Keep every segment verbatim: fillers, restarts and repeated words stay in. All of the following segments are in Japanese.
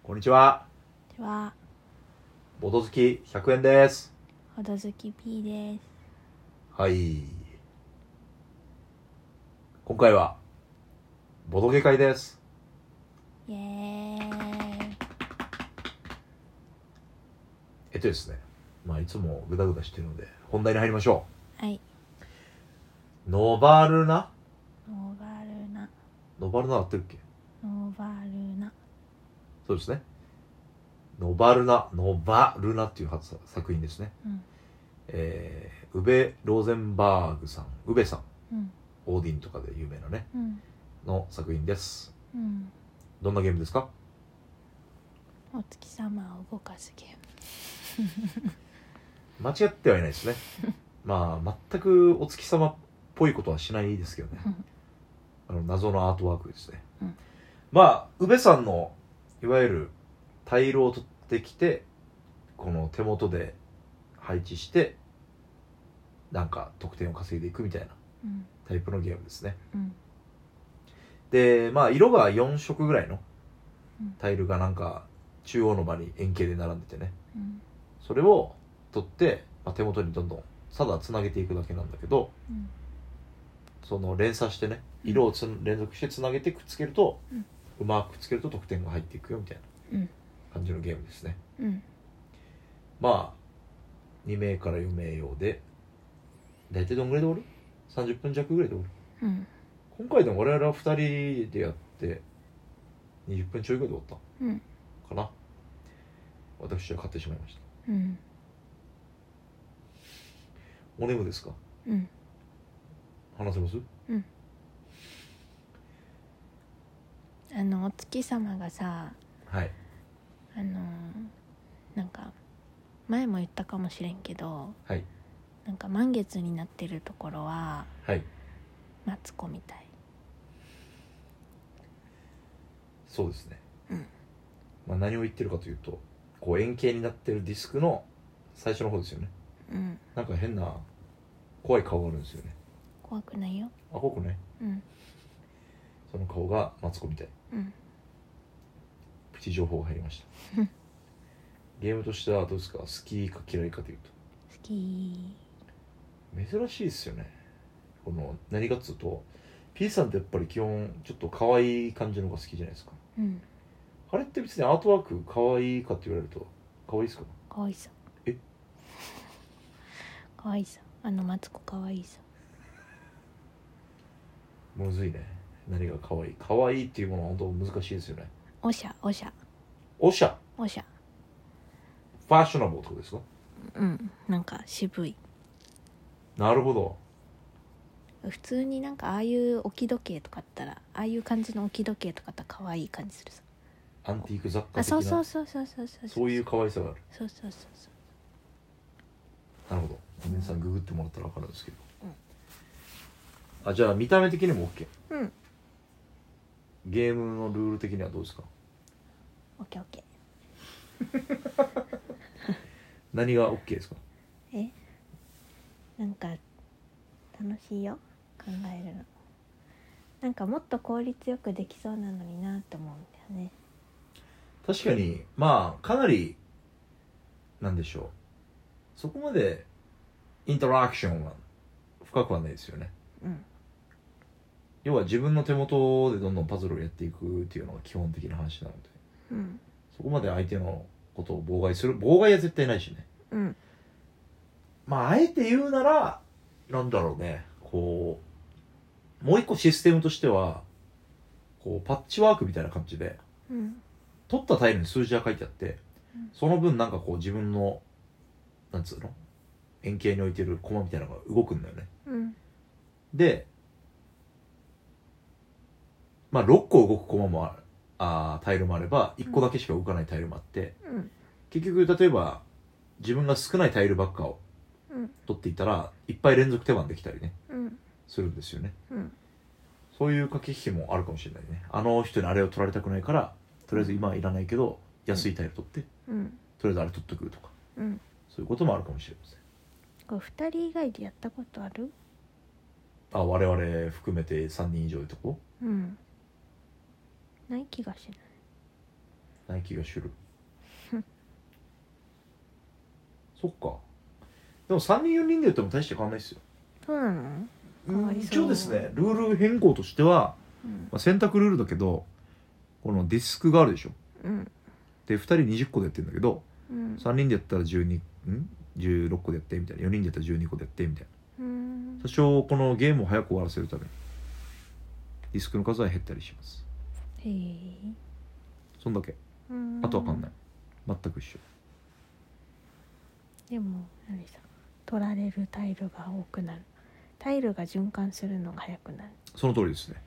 こんにちは。 では、 ボト好きひゃくえんです。 ほどずき P です。 はい。今回はボトゲ会です。 イエーイ。 えっとですね、まあいつもグダグダしてるので本題に入りましょはい。 う。ノバルナノバルナ。 ノバルナ合ってるっけ？ ノバルナ。 そうですね。ノバルナ、ノバルナっていう作品ですね。 うん。 えー、ウベ・ローゼンバーグさん、ウベさん、 うん。 オーディンとかで有名なね、 うん。 の作品です。 うん。 どんなゲームですか？ お月様を動かすゲー間違ってはいないですね。まあ全くお月様っぽいことはしないですけどね。 ム。 あの謎のアートワークですね。 うん。 まあ宇部さんのいわゆるタイルを取ってきてこの手元で配置してなんか得点を稼いでいくみたいなうんタイプのゲームですね。 うんでまあ色がよん色ぐらいのうんタイルがなんか中央の場に円形で並んでてね、 うんそれを取って、まあ、手元にどんどんただつなげていくだけなんだけど、 うんその連鎖してね色をつ連続してつなげてくっつけると、 うんうまくくっつけると得点が入っていくよみたいなうん感じのゲームですね。 うんまあに名からよ名用で大体どんぐらいで終わる ?さんじゅっ 分弱ぐらいで終わる。 うん今回でも我々はふたりでやってにじゅっぷんちょいぐらいで終わっうんたかな。私は買ってしまいました。 うんお眠ですか？ うん話せます？ うんあのお月様がさ、 はい。 あのーなんか前も言ったかもしれんけど、 はいなんか満月になってるところははいマツコみたい。 そうですね。 うんまあ、何を言ってるかというとこう円形になってるディスクの最初の方ですよね。 うんなんか変な怖い顔があるんですよね。 怖くないよ。 あ、ここね。 うんその顔がマツコみたい。 うんプチ情報が入りました。ゲームとしてはどうですか？好きか嫌いかというと。 好き。 珍しいですよね。この何かっつうと P さんってやっぱり基本ちょっと可愛い感じのが好きじゃないですか。 うんあれって別にアートワーク可愛いかって言われると可愛いですか？ かわいさ。 えかわいさ。あのマツコかわいさ。 むずいね。何が可愛い可愛いっていうものは本当難しいですよね。 おしゃおしゃおしゃおしゃ。 ファッショナブルってことですか？ うんなんか渋い。 なるほど。 普通になんかああいう置き時計とかあったら、ああいう感じの置き時計とかあったら可愛い感じするさ。 アンティーク雑貨的なあ、そうそうそうそうそうそうそういう可愛さがある。 そうそうそうそう。 なるほど。皆さんググってもらったら分かるんですけど、 うん、 あ、じゃあ見た目的にも OK。 うんゲームのルール的にはどうですか？ オッケーオッケ何が OK ですか？ ー。えなんか楽しいよ、考えるの。なんかもっと効率よくできそうなのになって思うんだよね。 確かにまあかなりなんでしょう、そこまでインタラクションは深くはないですよね。 うん要は自分の手元でどんどんパズルをやっていくっていうのが基本的な話なので、 うんそこまで相手のことを妨害する妨害は絶対ないしね。 うんまああえて言うならなんだろうね、こうもう一個システムとしてはこうパッチワークみたいな感じでうん取ったタイルに数字が書いてあって、 うん、 その分なんかこう自分のなんつうの円形に置いてるコマみたいなのが動くんだよね。 うんでまあろっこ動くコマもある、あタイルもあればいっこだけしか動かないタイルもあって、 うん、 結局例えば自分が少ないタイルばっかをうん取っていったらいっぱい連続手番できたりねうんするんですよね。 うんそういう駆け引きもあるかもしれないね。あの人にあれを取られたくないからとりあえず今はいらないけど安いタイル取ってうんとりあえずあれ取っとくとか、 うんそういうこともあるかもしれません。 これふたり以外でやったことある？ あ、我々含めてさんにん以上いるとこ。 うんない気がしない。 ない気がするそっか。でもさんにんよにんでやっても大して変わんないですよ。 そうなの？変わりそう。 一応ですねルール変更としては、 うんまあ、選択ルールだけどこのディスクがあるでしょ。 うんでふたりにじゅっこでやってるんだけど、 うん、 さんにんでやったらじゅうにんじゅうろっこでやってみたいな、よにんでやったらじゅうにこでやってみたいな、 うん、 多少このゲームを早く終わらせるためにディスクの数は減ったりします。 へえ。 そんだけ。 うんあとわかんない。全く一緒。 でも何さ、取られるタイルが多くなる、タイルが循環するのが早くなる。 その通りですね。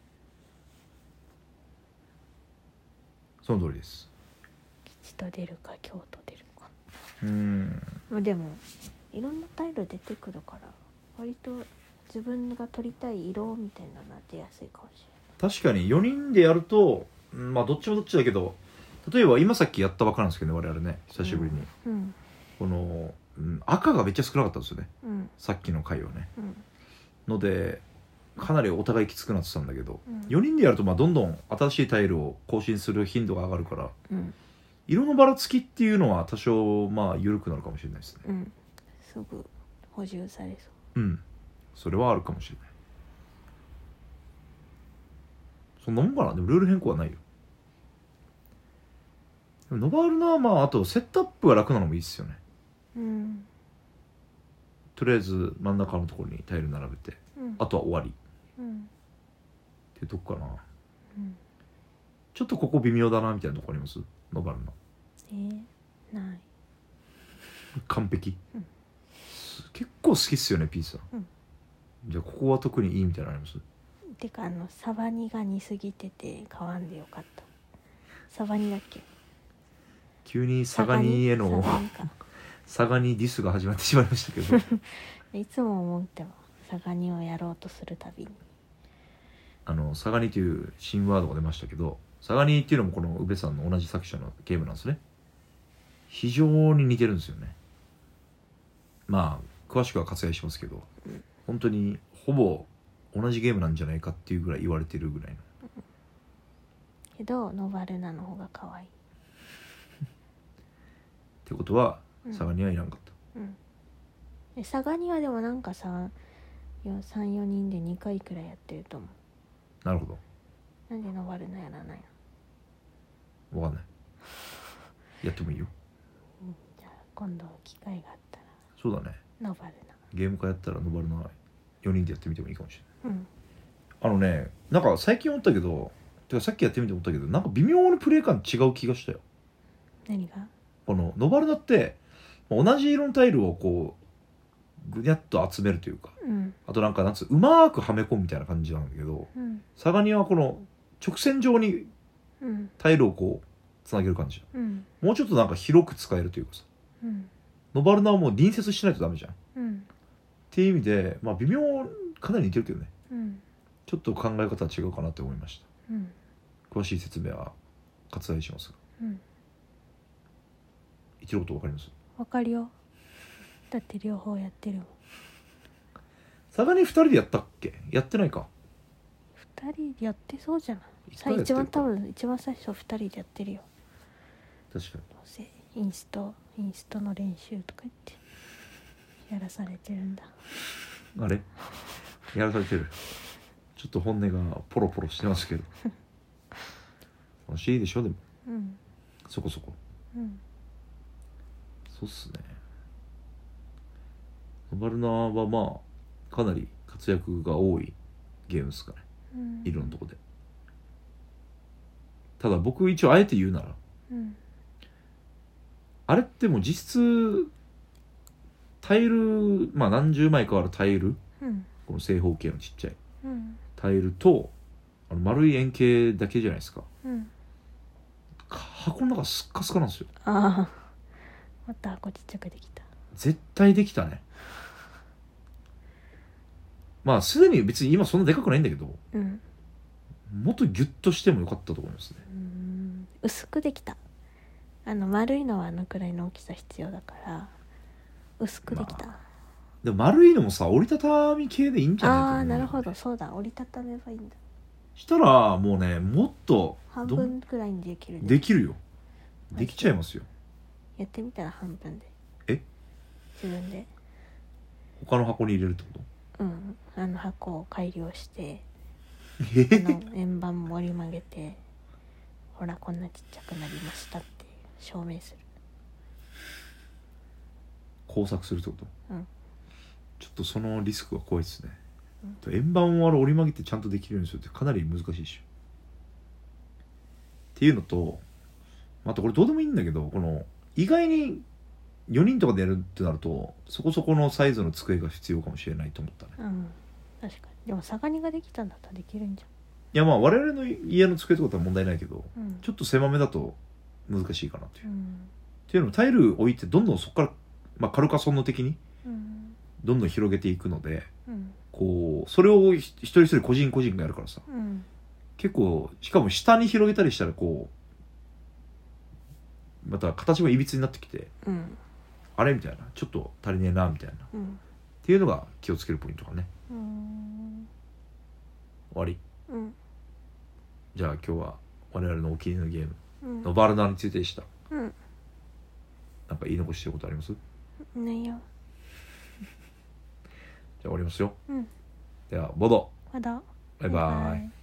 その通りです。 吉と出るか凶と出るか。 うーんまあでもいろんなタイル出てくるから割と自分が取りたい色みたいなのが出やすいかもしれない。 確かによにんでやると、うんまあどっちもどっちだけど、例えば今さっきやったばっかなんですけどね、我々ね久しぶりに、 うんこの、うん、赤がめっちゃ少なかったんですよね、 うんさっきの回はね。 うんのでかなりお互いきつくなってたんだけど、 うんよにんでやるとまあどんどん新しいタイルを更新する頻度が上がるから、 うん色のばらつきっていうのは多少まあ緩くなるかもしれないですね。 うんすぐ補充されそうんそれはあるかもしれない。そんなもんかな。でもルール変更はないよ。でもノバールナはまああとセットアップが楽なのもいいっすよね。 う。うんとりあえず真ん中のところにタイル並べて、 うんあとは終わりうんっていうとこかな。 うんちょっとここ微妙だなみたいなとこあります？ノバルナえー、ない。 完璧、 うんす結構好きっすよね P さん、 うんじゃあここは特にいいみたいなのあります？ てかあのサバニが似すぎてて買わんでよかった。サバニだっけ？ 急にサガニへのサガニかサガニディスが始まってしまいましたけどいつも思ってもサガニをやろうとするたびにあのサガニという新ワードが出ましたけど、サガニっていうのもこの宇部さんの同じ作者のゲームなんですね。非常に似てるんですよね。まあ詳しくは割愛しますけど、うん、本当にほぼ同じゲームなんじゃないかっていうぐらい言われてるぐらいの、 うん、けどノバルナの方が可愛いってことは、うん、サガニはいらんかった、 うん、でサガニはでもなんかささんよにんでにかいくらいやってると思う。 なるほど。 なんでノバルナやらないの？わかんないやってもいいよ、 うん、じゃあ今度機会があったら。 そうだね、 ノバルナゲーム化やったらノバルナよにんでやってみてもいいかもしれない、 うん、 あのねなんか最近思ったけど、てかさっきやってみて思ったけど、なんか微妙にプレイ感違う気がしたよ。 何が？ このノバルナって同じ色のタイルをこうぐにゃっと集めるというか、 うん、 あとなんかなんつううまーくはめ込むみたいな感じなんだけど、 うん、 サガニはこの直線上にタイルをこうつなげる感じ、 うん、 もうちょっとなんか広く使えるというかさ、 うん、 ノバルナはもう隣接しないとダメじゃん、 うん、 っていう意味でまあ微妙かなり似てるけどね、 うん、 ちょっと考え方は違うかなって思いました、 うん、 詳しい説明は割愛しますが、 うん、 言ってること分かります？ わかるよ、だって両方やってるもん。 サガニふたりでやったっけ？やってないか。 ふたりでやってそうじゃない？ 一回やってるか一番多分一番最初ふたりでやってるよ。 確かに。 どうせインストインストの練習とか言ってやらされてるんだ。 あれやらされてる。ちょっと本音がポロポロしてますけど楽しいでしょでも、 うん、 そこそこ、 うん、 そうっすね。ノバルナはまあかなり活躍が多いゲームですかね、うん、いろんなとこで。ただ僕一応あえて言うなら、 うん、 あれってもう実質タイル、まあ何十枚かあるタイル、 うん、 この正方形のちっちゃい、 うん、 タイルとあの丸い円形だけじゃないですか、 うん、 箱の中スッカスカなんですよ。 ああまた箱ちっちゃくできた。 絶対できたね。まあすでに別に今そんなでかくないんだけど、 うん、 もっとギュッとしてもよかったと思いますね。 うーん薄くできた。あの丸いのはあのくらいの大きさ必要だから薄くできた、まあ、 でも丸いのもさ折りたたみ系でいいんじゃないかな。 ああなるほど、そうだ、折りたためばいいんだ。 したらもうねもっと半分くらいにできるね。 できるよ。 できちゃいますよ。 やってみたら半分で。 え自分で。 他の箱に入れるってこうんあの箱を改良してと？えあの円盤盛り曲げてほらこんなちっちゃくなりましたって証明する。 工作するってこと？ うんちょっとそのリスクは怖いですね、 う円盤をあれ折り曲げてちゃんとできるようにするってかなり難しいでしょっていうのと、あとこれどうでもいいんだけど、この意外によにんとかでやるってなるとそこそこのサイズの机が必要かもしれないと思ったね。 うん確かに。でもサガニができたんだったらできるんじいやまあ我々の家の机とかとは問題ないけど、 ゃん。うんちょっと狭めだと難しいかなという、っうんていうのもタイル置いてどんどんそこから、まあ、カルカソンヌ的にうんどんどん広げていくので、 うんこうそれを一人一人個人個人がやるからさ、 うん結構しかも下に広げたりしたらこうまた形もいびつになってきて、 うんあれみたいな、ちょっと足りねえなみたいなっうんていうのが気をつけるポイントかね。 うん終わり。 うんじゃあ今日は我々のお気に入りのゲームうんノバルナについてでした。 うんなんか言い残してることあります？じゃないよ。 あ終わりますよ。 うんではボドまだバイバイ。 バイバイ